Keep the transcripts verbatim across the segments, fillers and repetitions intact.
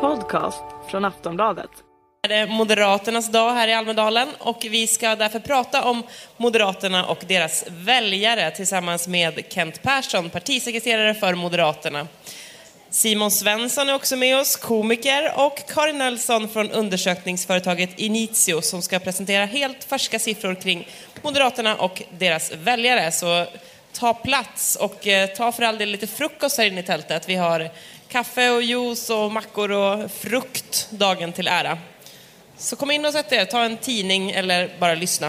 podcast från Aftonbladet. Det är Moderaternas dag här i Almedalen och vi ska därför prata om Moderaterna och deras väljare tillsammans med Kent Persson, partisekreterare för Moderaterna. Simon Svensson är också med oss, komiker, och Karin Nelson från undersökningsföretaget Initio som ska presentera helt färska siffror kring Moderaterna och deras väljare. Så ta plats och ta för all del lite frukost här inne i tältet. Vi har kaffe och juice och mackor och frukt dagen till ära. Så kom in och sätt er, ta en tidning eller bara lyssna.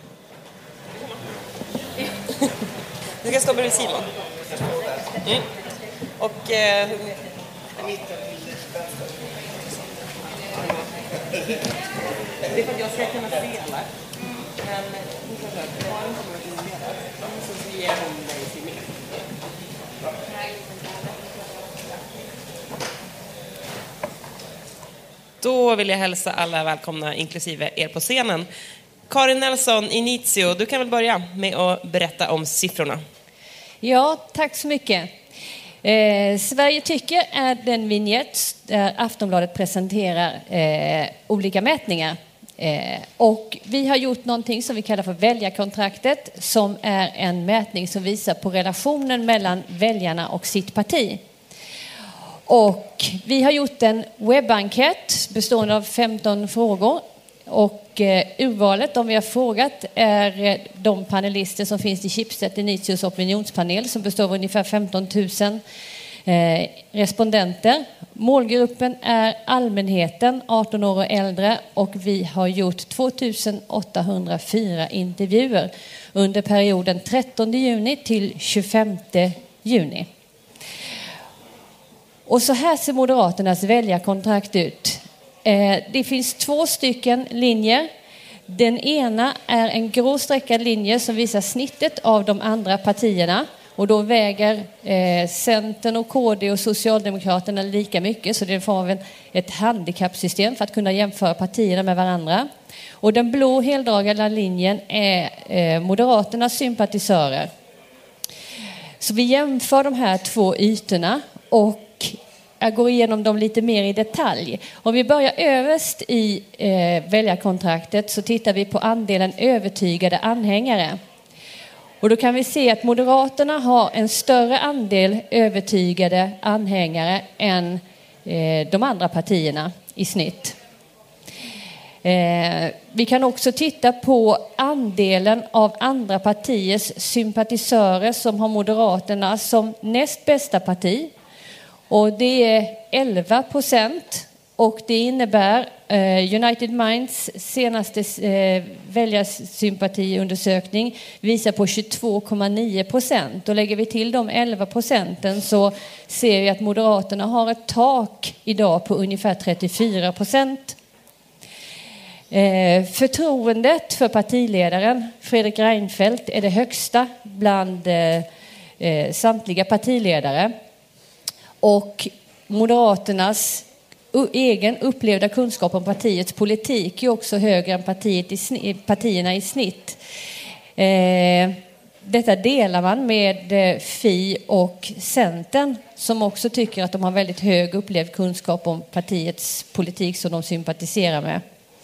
Du ska stå bredvid Simon. Mm. Och eh, det är för att jag ska kunna se alla. Men jag har inte något inledat. Så ger hon dig sin med. Då vill jag hälsa alla välkomna, inklusive er på scenen. Karin Nelson, Initio, du kan väl börja med att berätta om siffrorna. Ja, tack så mycket. Eh, Sverige tycker är den vignett där Aftonbladet presenterar eh, olika mätningar. Eh, och vi har gjort någonting som vi kallar för väljarkontraktet, som är en mätning som visar på relationen mellan väljarna och sitt parti. Och vi har gjort en webbenkät bestående av femton frågor. Och eh, urvalet, de vi har frågat, är eh, de panelister som finns i Schibsted Initios opinionspanel som består av ungefär femton tusen eh, respondenter. Målgruppen är allmänheten, arton år och äldre, och vi har gjort tvåtusen åttahundrafyra intervjuer under perioden trettonde juni till tjugofemte juni. Och så här ser Moderaternas väljarkontrakt ut. Det finns två stycken linjer. Den ena är en gråstreckad linje som visar snittet av de andra partierna. Och då väger eh, Centern och K D och Socialdemokraterna lika mycket. Så det är form av ett handikappsystem för att kunna jämföra partierna med varandra. Och den blå heldragande linjen är eh, Moderaternas sympatisörer. Så vi jämför de här två ytorna och jag går igenom dem lite mer i detalj. Om vi börjar överst i eh, väljarkontraktet så tittar vi på andelen övertygade anhängare. Och då kan vi se att Moderaterna har en större andel övertygade anhängare än eh, de andra partierna i snitt. Eh, vi kan också titta på andelen av andra partiers sympatisörer som har Moderaterna som näst bästa parti. Och det är elva procent och det innebär eh, United Minds senaste eh, väljarsympatiundersökning visar på tjugotvå komma nio procent. Och lägger vi till de elva procenten så ser vi att Moderaterna har ett tak idag på ungefär trettiofyra procent. Eh, förtroendet för partiledaren Fredrik Reinfeldt är det högsta bland eh, eh, samtliga partiledare. Och Moderaternas egen upplevda kunskap om partiets politik är också högre än partiet i snitt, partierna i snitt. Eh, detta delar man med F I och Centern som också tycker att de har väldigt hög upplevd kunskap om partiets politik som de sympatiserar med.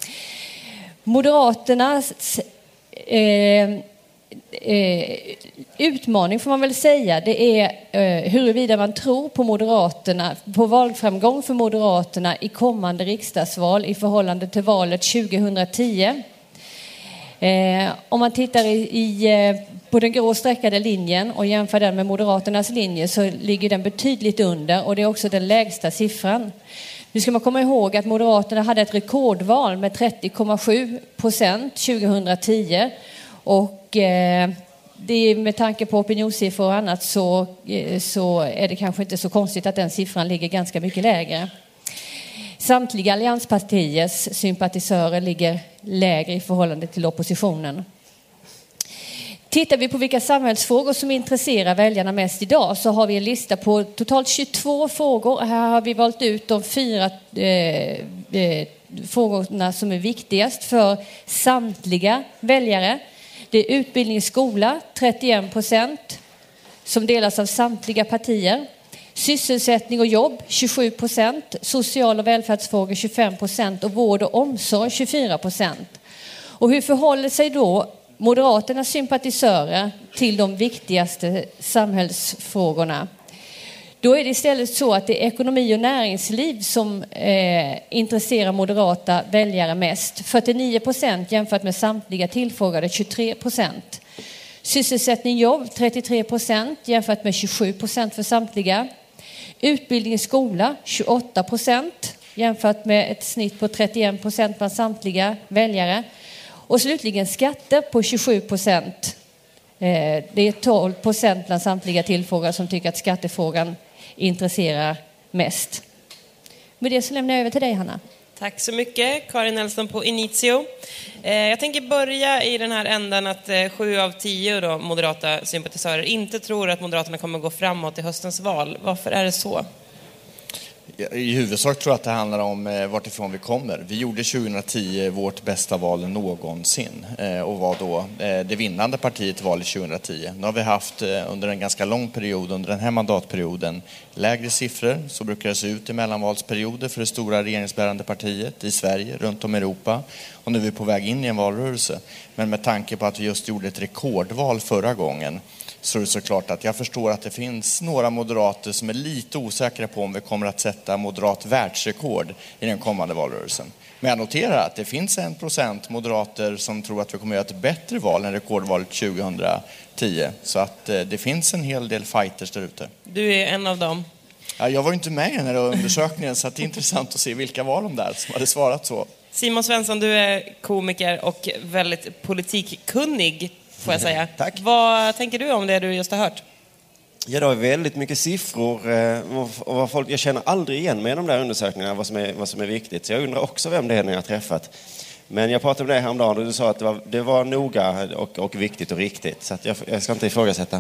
Moderaternas eh, Eh, utmaning får man väl säga, det är eh, huruvida man tror på Moderaterna, på valframgång för Moderaterna i kommande riksdagsval i förhållande till valet tjugohundratio. Eh, om man tittar i, i, eh, på den gråstreckade linjen och jämför den med Moderaternas linje så ligger den betydligt under och det är också den lägsta siffran. Nu ska man komma ihåg att Moderaterna hade ett rekordval med trettio komma sju procent tjugohundratio. Och eh, det är med tanke på opinionssiffror och annat så, eh, så är det kanske inte så konstigt att den siffran ligger ganska mycket lägre. Samtliga allianspartiers sympatisörer ligger lägre i förhållande till oppositionen. Tittar vi på vilka samhällsfrågor som intresserar väljarna mest idag så har vi en lista på totalt tjugotvå frågor. Här har vi valt ut de fyra eh, eh, frågorna som är viktigast för samtliga väljare. Det är utbildning i skola, trettioen procent, som delas av samtliga partier. Sysselsättning och jobb tjugosju procent, social- och välfärdsfrågor tjugofem procent och vård och omsorg tjugofyra procent. Och hur förhåller sig då Moderaternas sympatisörer till de viktigaste samhällsfrågorna? Då är det istället så att det är ekonomi och näringsliv som eh, intresserar moderata väljare mest. fyrtionio procent jämfört med samtliga tillfrågade tjugotre procent. Sysselsättning jobb trettiotre procent jämfört med tjugosju procent för samtliga. Utbildning i skola tjugoåtta procent jämfört med ett snitt på trettioen procent bland samtliga väljare. Och slutligen skatter på tjugosju procent. Eh, det är tolv procent bland samtliga tillfrågade som tycker att skattefrågan intresserar mest. Med det så lämnar jag över till dig, Hanna. Tack så mycket, Karin Nelson på Initio. Eh, jag tänker börja i den här ändan att eh, sju av tio då, moderata sympatisörer inte tror att Moderaterna kommer gå framåt i höstens val. Varför är det så? I huvudsak tror jag att det handlar om eh, vartifrån vi kommer. Vi gjorde tjugohundratio vårt bästa val någonsin eh, och var då eh, det vinnande partiet i valet tjugohundratio. Nu har vi haft eh, under en ganska lång period, under den här mandatperioden, lägre siffror. Så brukar det se ut i mellanvalsperioder för det stora regeringsbärande partiet i Sverige, runt om i Europa. Och nu är vi på väg in i en valrörelse. Men med tanke på att vi just gjorde ett rekordval förra gången, så är det såklart att jag förstår att det finns några moderater som är lite osäkra på om vi kommer att sätta moderat världsrekord i den kommande valrörelsen. Men jag noterar att det finns en procent moderater som tror att vi kommer att göra ett bättre val än rekordvalet tjugohundratio. Så att det finns en hel del fighters där ute. Du är en av dem. Ja, jag var inte med i den här undersökningen, så det är intressant att se vilka var de där som hade svarat så. Simon Svensson, du är komiker och väldigt politikkunnig, får jag säga. Tack. Vad tänker du om det du just har hört? Ja, det är väldigt mycket siffror och vad folk, jag känner aldrig igen mig i de där undersökningarna vad som är, vad som är viktigt. Så jag undrar också vem det är när jag har träffat. Men jag pratade med dig häromdagen och du sa att det var, det var noga och, och viktigt och riktigt. Så att jag, jag ska inte ifrågasätta.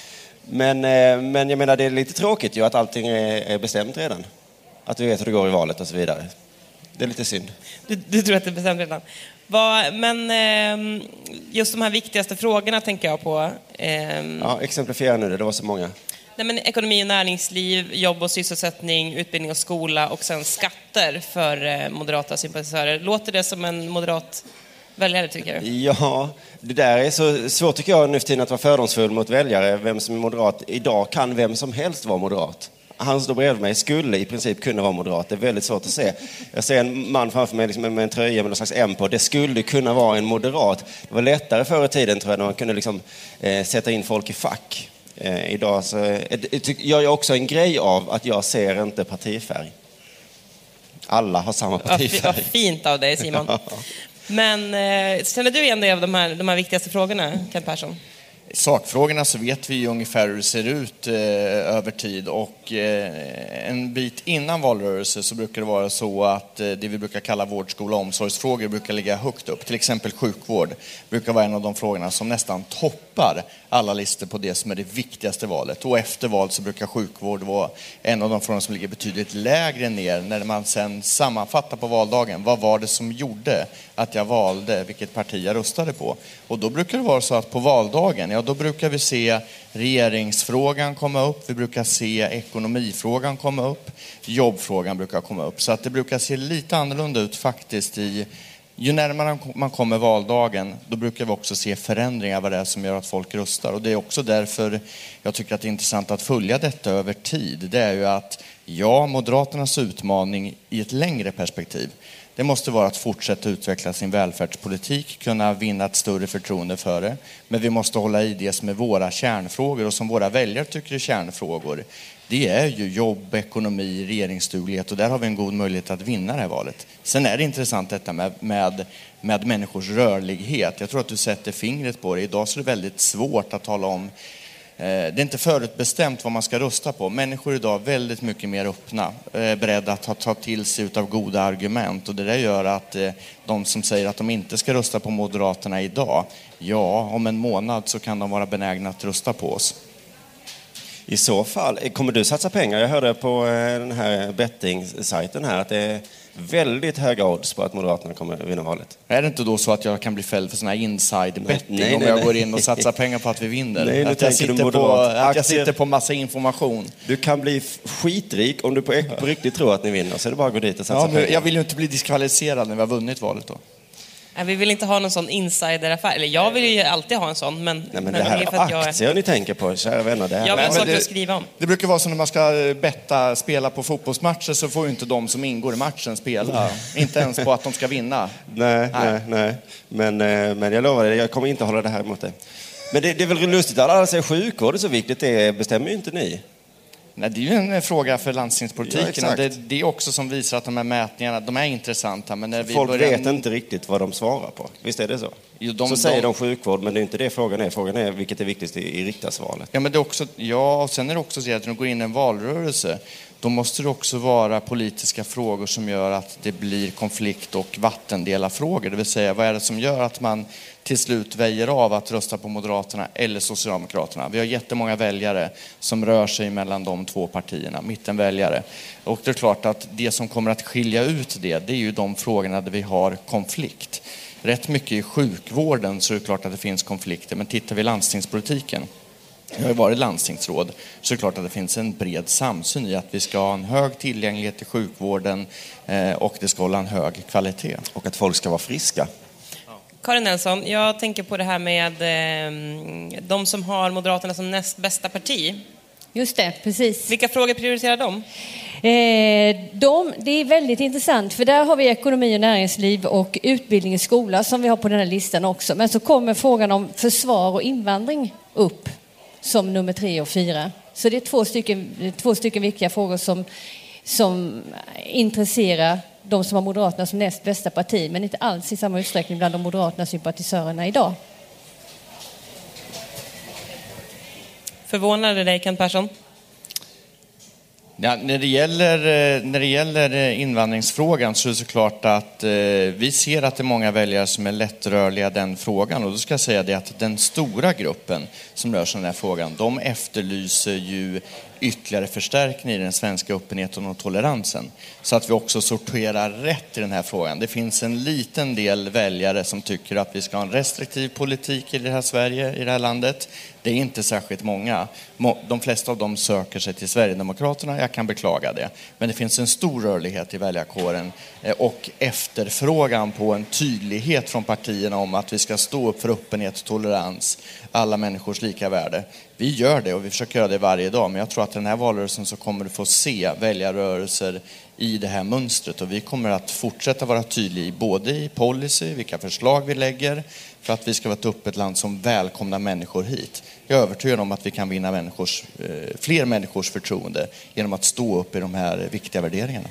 Men, men jag menar, det är lite tråkigt ju att allting är, är bestämt redan. Att vi vet hur det går i valet och så vidare. Det är lite synd. Du, du tror att det är bestämt redan. Vad, men eh, just de här viktigaste frågorna tänker jag på. Eh, ja, exemplifiera nu det, det var så många. Nej, men ekonomi och näringsliv, jobb och sysselsättning, utbildning och skola och sen skatter för eh, moderata sympatisörer. Låter det som en moderat väljare, tycker du? Ja, det där är så svårt tycker jag nu för tiden att vara fördomsfull mot väljare. Vem som är moderat. Idag kan vem som helst vara moderat. Han som står bredvid mig skulle i princip kunna vara moderat. Det är väldigt svårt att se. Jag ser en man framför mig liksom med en tröja med någon slags M på. Det skulle kunna vara en moderat. Det var lättare förr i tiden, tror jag, när man kunde liksom, eh, sätta in folk i fack. Eh, idag så eh, gör jag också en grej av att jag ser inte partifärg. Alla har samma partifärg. Vad fint av dig, Simon. Men eh, känner du igen dig av de här, de här viktigaste frågorna, Kent Persson? Sakfrågorna så vet vi ju ungefär hur det ser ut eh, över tid, och eh, en bit innan valrörelse så brukar det vara så att eh, det vi brukar kalla vård, skola och omsorgsfrågor brukar ligga högt upp. Till exempel sjukvård brukar vara en av de frågorna som nästan toppar alla listor på det som är det viktigaste valet. Och efter val så brukar sjukvård vara en av de frågorna som ligger betydligt lägre ner när man sen sammanfattar på valdagen. Vad var det som gjorde att jag valde vilket parti jag röstade på? Och då brukar det vara så att på valdagen, ja då brukar vi se regeringsfrågan komma upp, vi brukar se ekonomifrågan komma upp, jobbfrågan brukar komma upp. Så att det brukar se lite annorlunda ut faktiskt i, ju närmare man kommer valdagen, då brukar vi också se förändringar vad det är som gör att folk röstar. Och det är också därför jag tycker att det är intressant att följa detta över tid. Det är ju att, ja, Moderaternas utmaning i ett längre perspektiv, det måste vara att fortsätta utveckla sin välfärdspolitik, kunna vinna ett större förtroende för det. Men vi måste hålla i det som är våra kärnfrågor och som våra väljare tycker är kärnfrågor. Det är ju jobb, ekonomi, regeringsduglighet, och där har vi en god möjlighet att vinna det här valet. Sen är det intressant detta med, med, med människors rörlighet. Jag tror att du sätter fingret på det. Idag så är det väldigt svårt att tala om. Det är inte förutbestämt vad man ska rösta på. Människor idag är väldigt mycket mer öppna, beredda att ta, ta till sig av goda argument. Och det där gör att de som säger att de inte ska rösta på Moderaterna idag, ja, om en månad så kan de vara benägna att rösta på oss. I så fall, kommer du satsa pengar? Jag hörde på den här betting-sajten här att det är väldigt höga odds på att Moderaterna kommer vinna valet. Är det inte då så att jag kan bli fälld för sån här inside-betting Nej, om nej, jag nej. går in och satsar pengar på att vi vinner? Nej, nu att, jag tänker du sitter på, moderat. att jag Aktier- sitter på massa information. Du kan bli f- skitrik om du på, på riktigt tror att ni vinner, så är det bara att gå dit och satsa Ja, men pengar. jag vill ju inte bli diskvalificerad när vi har vunnit valet då. Nej, vi vill inte ha någon sån insideraffär. Eller jag vill ju alltid ha en sån, men, Nej, men men det här är för att jag är... aktier ni tänker på, kära vänner. Det här Jag vill Nej, ha men saker det- att skriva om. Det brukar vara så när man ska betta, spela på fotbollsmatcher så får ju inte de som ingår i matchen spela. Inte ens på att de ska vinna. Nej, nej, Nej. nej. Men, eh, men jag lovar dig, jag kommer inte hålla det här emot dig. Men det, det är väl lustigt att alla säger sjukvård är så viktigt, det bestämmer ju inte ni. Nej, det är ju en fråga för landstingspolitiken. Ja, exakt. det, det är också som visar att de här mätningarna, de är intressanta. Men när vi Folk börjar... vet inte riktigt vad de svarar på. Visst är det så? Jo, de- så säger de- de sjukvård, men det är inte det frågan är. Frågan är vilket är viktigast i, i riksdagsvalet. Ja, men det är också, ja, och sen är det också så att när du går in i en valrörelse, då måste det också vara politiska frågor som gör att det blir konflikt och vattendelarfrågor. Det vill säga, vad är det som gör att man till slut väjer av att rösta på Moderaterna eller Socialdemokraterna? Vi har jättemånga väljare som rör sig mellan de två partierna, mittenväljare. Och det är klart att det som kommer att skilja ut det, det är ju de frågorna där vi har konflikt. Rätt mycket i sjukvården så är det klart att det finns konflikter, men tittar vi i landstingspolitiken, jag har ju varit landstingsråd, så är det klart att det finns en bred samsyn i att vi ska ha en hög tillgänglighet till sjukvården eh, och det ska hålla en hög kvalitet. Och att folk ska vara friska. Karin Nelson, jag tänker på det här med eh, de som har Moderaterna som näst bästa parti. Just det, precis. Vilka frågor prioriterar de? Eh, de, det är väldigt intressant, för där har vi ekonomi och näringsliv och utbildning i skola som vi har på den här listan också. Men så kommer frågan om försvar och invandring upp som nummer tre och fyra. Så det är två stycken, två stycken viktiga frågor som, som intresserar de som har Moderaterna som näst bästa parti, men inte alls i samma utsträckning bland de Moderaterna sympatisörerna idag. Förvånade dig, Kent Persson? Ja, när, det gäller, när det gäller invandringsfrågan så är det såklart att eh, vi ser att det är många väljare som är lättrörliga den frågan. Och då ska jag säga det att den stora gruppen som rör sig om den här frågan, de efterlyser ju ytterligare förstärkning i den svenska öppenheten och toleransen. Så att vi också sorterar rätt i den här frågan. Det finns en liten del väljare som tycker att vi ska ha en restriktiv politik i det här Sverige, i det här landet. Det är inte särskilt många. De flesta av dem söker sig till Sverigedemokraterna, jag kan beklaga det. Men det finns en stor rörlighet i väljarkåren och efterfrågan på en tydlighet från partierna om att vi ska stå upp för öppenhet och tolerans, alla människors lika värde. Vi gör det och vi försöker göra det varje dag, men jag tror att den här valrörelsen så kommer du få se väljarrörelser i det här mönstret och vi kommer att fortsätta vara tydliga både i policy, vilka förslag vi lägger för att vi ska vara ett öppet land som välkomnar människor hit. Jag är övertygad om att vi kan vinna människors, fler människors förtroende genom att stå upp i de här viktiga värderingarna.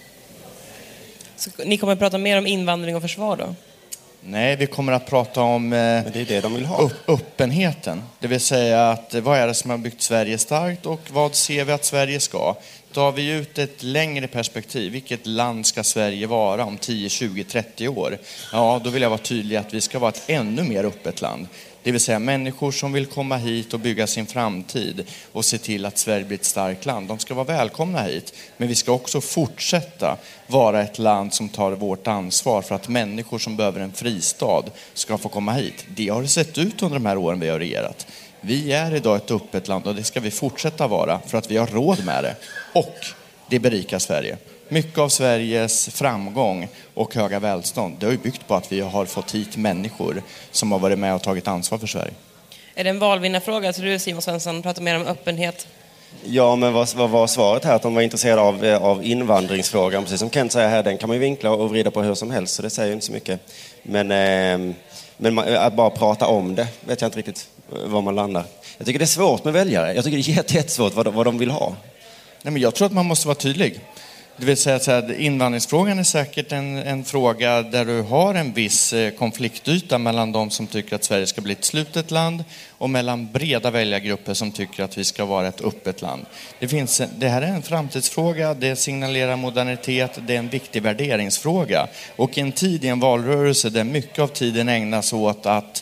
Så ni kommer att prata mer om invandring och försvar då? Nej, vi kommer att prata om eh, Men det är det de vill ha. upp, öppenheten. Det vill säga att eh, vad är det som har byggt Sverige starkt och vad ser vi att Sverige ska? Tar vi ut ett längre perspektiv, vilket land ska Sverige vara om tio, tjugo, trettio år? Ja, då vill jag vara tydlig att vi ska vara ett ännu mer öppet land. Det vill säga människor som vill komma hit och bygga sin framtid och se till att Sverige blir ett starkt land. De ska vara välkomna hit. Men vi ska också fortsätta vara ett land som tar vårt ansvar för att människor som behöver en fristad ska få komma hit. Det har det sett ut under de här åren vi har regerat. Vi är idag ett öppet land och det ska vi fortsätta vara för att vi har råd med det. Och det berikar Sverige. Mycket av Sveriges framgång och höga välstånd, det har ju byggt på att vi har fått hit människor som har varit med och tagit ansvar för Sverige. Är det en valvinnarfråga? Så du, Simon Svensson, pratar mer om öppenhet. Ja, men vad, vad var svaret här? Att de var intresserade av, av invandringsfrågan. Precis som Kent säger här, den kan man ju vinkla och vrida på hur som helst, så det säger ju inte så mycket. Men, eh, men att bara prata om det, vet jag inte riktigt var man landar. Jag tycker det är svårt med väljare. Jag tycker det är jätte, jättesvårt vad de, vad de vill ha. Nej, men jag tror att man måste vara tydlig. Det vill säga att invandringsfrågan är säkert en, en fråga där du har en viss konfliktyta mellan de som tycker att Sverige ska bli ett slutet land och mellan breda väljargrupper som tycker att vi ska vara ett öppet land. Det, finns, det här är en framtidsfråga, det signalerar modernitet, det är en viktig värderingsfråga. Och i en tid i en valrörelse där mycket av tiden ägnas åt att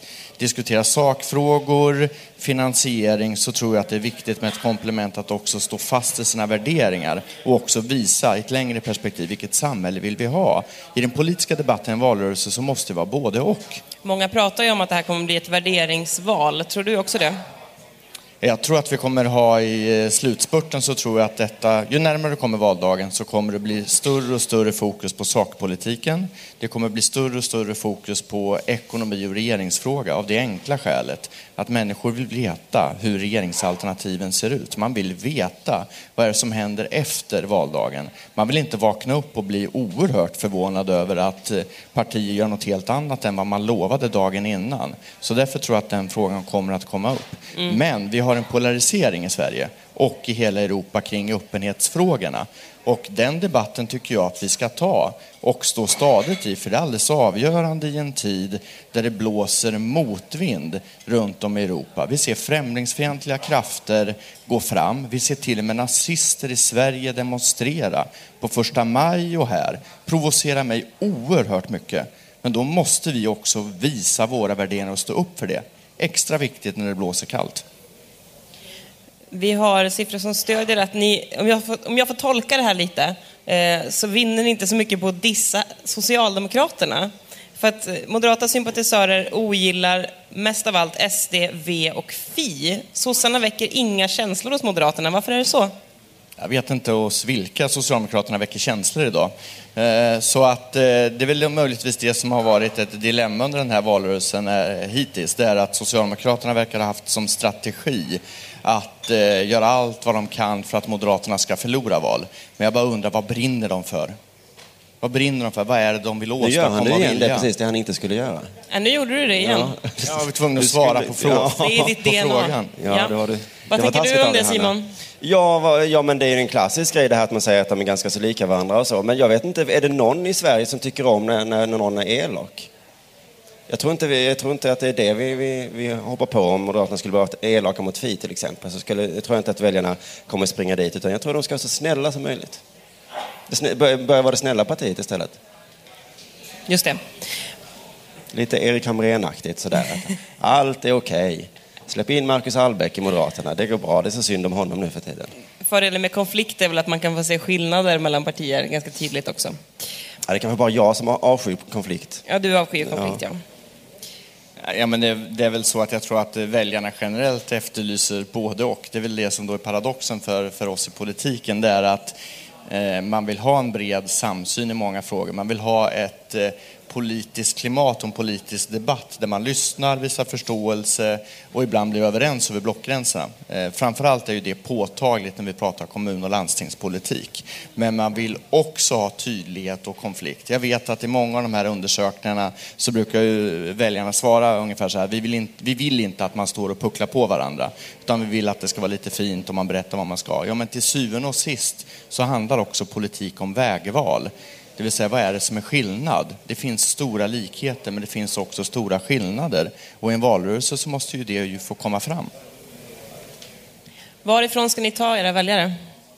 diskutera sakfrågor, finansiering, så tror jag att det är viktigt med ett komplement att också stå fast i sina värderingar och också visa i ett längre perspektiv vilket samhälle vill vi ha. I den politiska debatten i en valrörelse så måste det vara både och. Många pratar ju om att det här kommer bli ett värderingsval. Tror du också det? Jag tror att vi kommer ha i slutspurten, så tror jag att detta, ju närmare kommer valdagen så kommer det bli större och större fokus på sakpolitiken. Det kommer bli större och större fokus på ekonomi och regeringsfråga av det enkla skälet att människor vill veta hur regeringsalternativen ser ut. Man vill veta vad är det som händer efter valdagen. Man vill inte vakna upp och bli oerhört förvånad över att partier gör något helt annat än vad man lovade dagen innan. Så därför tror jag att den frågan kommer att komma upp. Mm. Men vi har en polarisering i Sverige och i hela Europa kring öppenhetsfrågorna. Och den debatten tycker jag att vi ska ta och stå stadigt i, för det är alldeles avgörande i en tid där det blåser motvind runt om i Europa. Vi ser främlingsfientliga krafter gå fram. Vi ser till och med nazister i Sverige demonstrera på första maj och här. Provocera mig oerhört mycket. Men då måste vi också visa våra värderingar och stå upp för det. Extra viktigt när det blåser kallt. Vi har siffror som stödjer att ni, om jag får, om jag får tolka det här lite, eh, så vinner ni inte så mycket på att dissa Socialdemokraterna. För att moderata sympatisörer ogillar mest av allt S D, V och Fi. Sossarna väcker inga känslor hos Moderaterna. Varför är det så? Jag vet inte hos vilka Socialdemokraterna väcker känslor idag. Så att det är väl möjligtvis det som har varit ett dilemma under den här valrörelsen hittills. Det är att Socialdemokraterna verkar ha haft som strategi att göra allt vad de kan för att Moderaterna ska förlora val. Men jag bara undrar, vad brinner de för? Vad brinner de för? Vad är det de vill åstadkomma? Nu gör han det igen, det är precis det han inte skulle göra. Ja, nu gjorde du det igen. Ja, jag var tvungen att svara på, frå- ja. Det är ditt D N A. frågan. Ja, ja. Det var det. Vad det tänker du om det, Simon? Ja, ja, men det är en klassisk grej det här att man säger att de är ganska så lika varandra och så. Men jag vet inte, är det någon i Sverige som tycker om när, när någon är elak? Jag tror inte, vi, jag tror inte att det är det vi, vi, vi hoppar på om Moderaterna skulle vara elaka mot Fi till exempel. Så skulle, jag tror inte att väljarna kommer springa dit, utan jag tror de ska vara så snälla som möjligt. Börja bör vara det snälla partiet istället. Just det. Lite Erik Hamrén-aktigt sådär. Allt är okej. Okay. Släpp in Marcus Albeck i Moderaterna. Det går bra. Det är så synd om honom nu för tiden. Fördelen med konflikt är väl att man kan få se skillnader mellan partier ganska tydligt också. Ja, det kan vara bara jag som har avskyr konflikt. Ja, du avskyr konflikt, ja. ja. Ja, men det, det är väl så att jag tror att väljarna generellt efterlyser både och. Det är väl det som då är paradoxen för, för oss i politiken. Det är att eh, man vill ha en bred samsyn i många frågor. Man vill ha ett eh, politiskt klimat och en politisk debatt där man lyssnar, visar förståelse och ibland blir överens över blockgränserna. Eh, framförallt är ju det påtagligt när vi pratar kommun- och landstingspolitik. Men man vill också ha tydlighet och konflikt. Jag vet att i många av de här undersökningarna så brukar ju väljarna svara ungefär så här: vi vill inte, vi vill inte att man står och pucklar på varandra, utan vi vill att det ska vara lite fint och man berättar vad man ska. Ja, men till syvende och sist så handlar också politik om vägval. Det vill säga, vad är det som är skillnad? Det finns stora likheter, men det finns också stora skillnader. Och i en valrörelse så måste ju det ju få komma fram. Varifrån ska ni ta era väljare?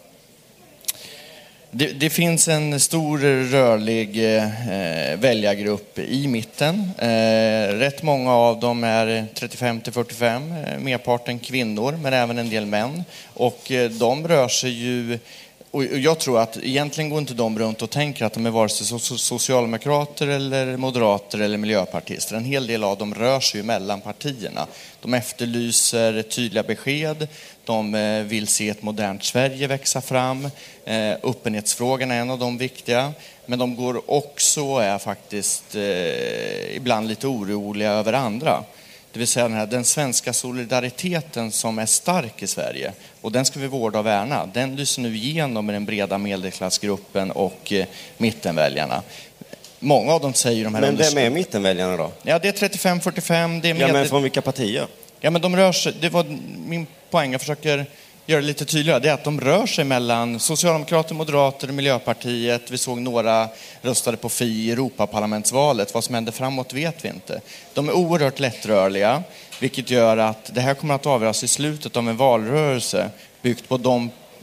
Det, det finns en stor rörlig eh, väljargrupp i mitten. Eh, rätt många av dem är trettiofem till fyrtiofem, eh, merparten kvinnor, men även en del män. Och eh, de rör sig ju... Och jag tror att egentligen går inte de runt och tänker att de är vare sig socialdemokrater eller moderater eller miljöpartister. En hel del av dem rör sig ju mellan partierna. De efterlyser tydliga besked. De vill se ett modernt Sverige växa fram. Öppenhetsfrågan är en av de viktiga. Men de går också och är faktiskt eh, ibland lite oroliga över andra. Det vill säga den, här, den svenska solidariteten som är stark i Sverige. Och den ska vi vårda och värna. Den lyser nu igenom med den breda medelklassgruppen och eh, mittenväljarna. Många av dem säger de här... Men vem är mittenväljarna då? Ja, det är trettiofem till fyrtiofem. Det är medel... Ja, men från vilka partier? Ja, men de rör sig... Det var min poäng. Jag försöker göra det lite tydligare. Det är att de rör sig mellan Socialdemokrater, Moderater, Miljöpartiet. Vi såg några röstade på Fi i Europaparlamentsvalet. Vad som händer framåt vet vi inte. De är oerhört lättrörliga, vilket gör att det här kommer att avgöras i slutet av en valrörelse byggt på de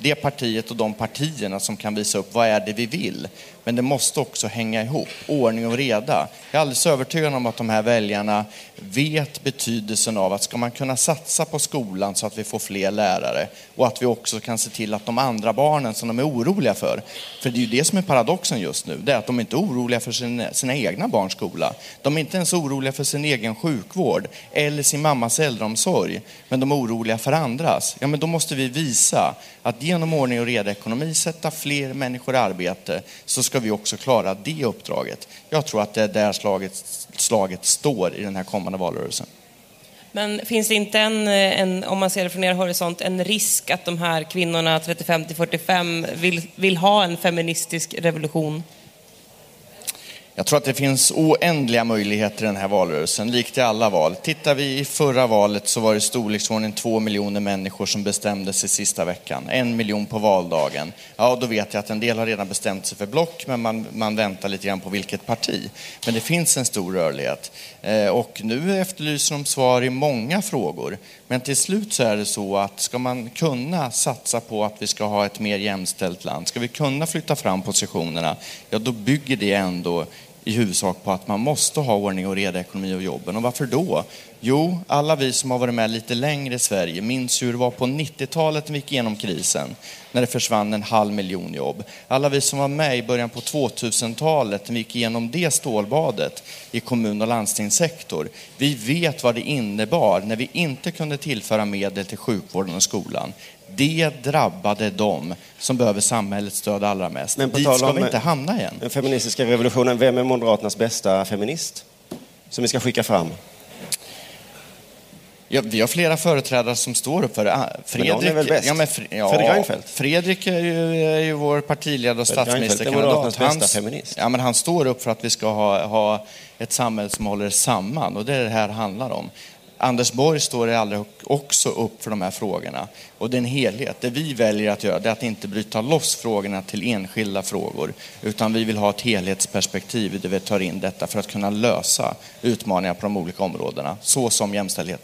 det partiet och de partierna som kan visa upp vad är det vi vill. Men det måste också hänga ihop, ordning och reda. Jag är alldeles övertygad om att de här väljarna vet betydelsen av att ska man kunna satsa på skolan så att vi får fler lärare och att vi också kan se till att de andra barnen som de är oroliga för, för det är ju det som är paradoxen just nu, det är att de inte är oroliga för sina, sina egna barns skola. De är inte ens oroliga för sin egen sjukvård eller sin mammas äldreomsorg, men de är oroliga för andras. Ja, men då måste vi visa att genom ordning och reda ekonomi sätta fler människor i arbete, så ska vi också klara det uppdraget. Jag tror att det är där slaget, slaget står i den här kommande valrörelsen. Men finns det inte en, en, om man ser det från er horisont, en risk att de här kvinnorna trettiofem till fyrtiofem vill, vill ha en feministisk revolution? Jag tror att det finns oändliga möjligheter i den här valrörelsen, likt i alla val. Tittar vi i förra valet så var det storleksordningen två miljoner människor som bestämde sig sista veckan. En miljon på valdagen. Ja, då vet jag att en del har redan bestämt sig för block, men man, man väntar lite grann på vilket parti. Men det finns en stor rörlighet. Eh, och nu efterlyser de svar i många frågor. Men till slut så är det så att ska man kunna satsa på att vi ska ha ett mer jämställt land, ska vi kunna flytta fram positionerna, ja då bygger det ändå i huvudsak på att man måste ha ordning och reda ekonomi och jobben. Och varför då? Jo, alla vi som har varit med lite längre i Sverige minns hur det var på nittiotalet när vi gick igenom krisen, när det försvann en halv miljon jobb. Alla vi som var med i början på tvåtusentalet när vi gick igenom det stålbadet i kommun- och landstingssektor, vi vet vad det innebar när vi inte kunde tillföra medel till sjukvården och skolan. Det drabbade dem som behöver samhällets stöd allra mest. Men på Dit tal ska om vi inte hamna igen. Den feministiska revolutionen, vem är Moderaternas bästa feminist som vi ska skicka fram? Ja, vi har flera företrädare som står upp för det. Fredrik, men är väl bäst? Ja, men Fre- ja, Fredrik Reinfeldt. Fredrik är ju, är ju vår partiledare och Reinfeldt är Moderaternas statsministerkandidat. bästa feminist. Ja, men han står upp för att vi ska ha, ha ett samhälle som håller samman, och det är det här handlar om. Anders Borg står aldrig också upp för de här frågorna. Och det är en helhet. Det vi väljer att göra det är att inte bryta loss frågorna till enskilda frågor. Utan vi vill ha ett helhetsperspektiv där vi tar in detta för att kunna lösa utmaningar på de olika områdena. Så som jämställdhet.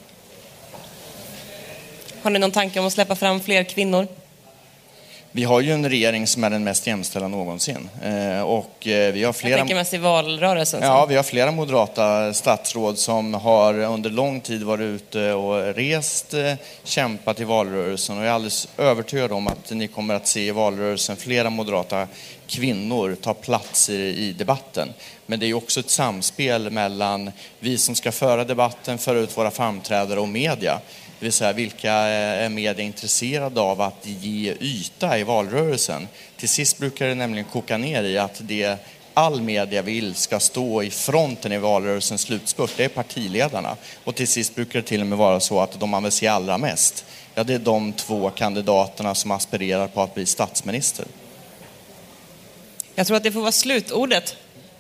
Har ni någon tanke om att släppa fram fler kvinnor? Vi har ju en regering som är den mest jämställda någonsin. Eh, och eh, vi har flera... Jag tänker mest i valrörelsen. Ja, vi har flera moderata statsråd som har under lång tid varit ute och rest, eh, kämpat i valrörelsen. Och jag är alldeles övertygad om att ni kommer att se i valrörelsen flera moderata kvinnor ta plats i, i debatten. Men det är ju också ett samspel mellan vi som ska föra debatten, föra ut våra framträdare och media. Det vill säga, vilka är media intresserade av att ge yta i valrörelsen? Till sist brukar det nämligen koka ner i att det all media vill ska stå i fronten i valrörelsens slutspurt, det är partiledarna. Och till sist brukar det till och med vara så att de man vill se allra mest, ja, det är de två kandidaterna som aspirerar på att bli statsminister. Jag tror att det får vara slutordet.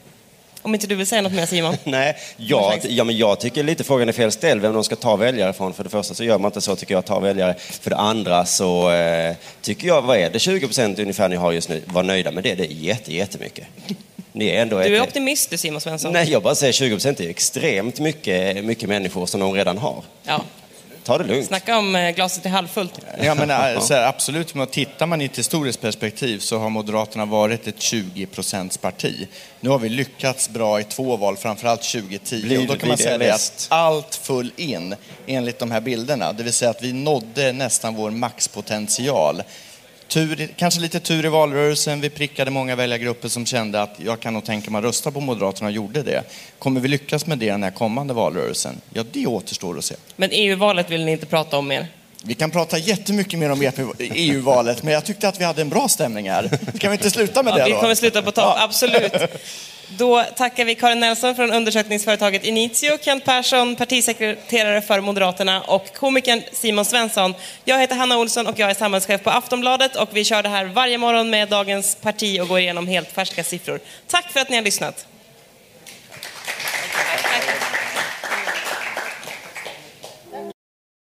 Om inte du vill säga något mer, Simon. Nej, jag, ja, men jag tycker lite frågan är fel ställd vem de ska ta väljare från. För det första så gör man inte så, tycker jag, ta väljare. För det andra så eh, tycker jag, vad är det, tjugo procent ungefär ni har just nu, var nöjda med det. Det är jätte, jättemycket. Ni är ändå du är ett, optimist, du, Simon Svensson. Nej, jag bara säger tjugo procent är extremt mycket, mycket människor som de redan har. Ja. Ta det lugnt. Snacka om glaset är halvfullt. Ja, men så här, absolut, men tittar man i ett historiskt perspektiv så har Moderaterna varit ett tjugo procents parti. Nu har vi lyckats bra i två val, framförallt tjugo tio. Blir, och då kan man säga det att allt föll in enligt de här bilderna. Det vill säga att vi nådde nästan vår maxpotential. Tur, kanske lite tur i valrörelsen. Vi prickade många väljargrupper som kände att jag kan nog tänka mig att rösta på Moderaterna och gjorde det. Kommer vi lyckas med det den här kommande valrörelsen? Ja, det återstår att se. Men E U-valet vill ni inte prata om mer? Vi kan prata jättemycket mer om E U-valet, men jag tyckte att vi hade en bra stämning här. Ska vi inte sluta med ja, det då? då? Vi kommer sluta på topp, absolut. Då tackar vi Karin Nelson från undersökningsföretaget Initio, Kent Persson, partisekreterare för Moderaterna, och komikern Simon Svensson. Jag heter Hanna Olsson och jag är samhällschef på Aftonbladet, och vi kör det här varje morgon med dagens parti och går igenom helt färska siffror. Tack för att ni har lyssnat.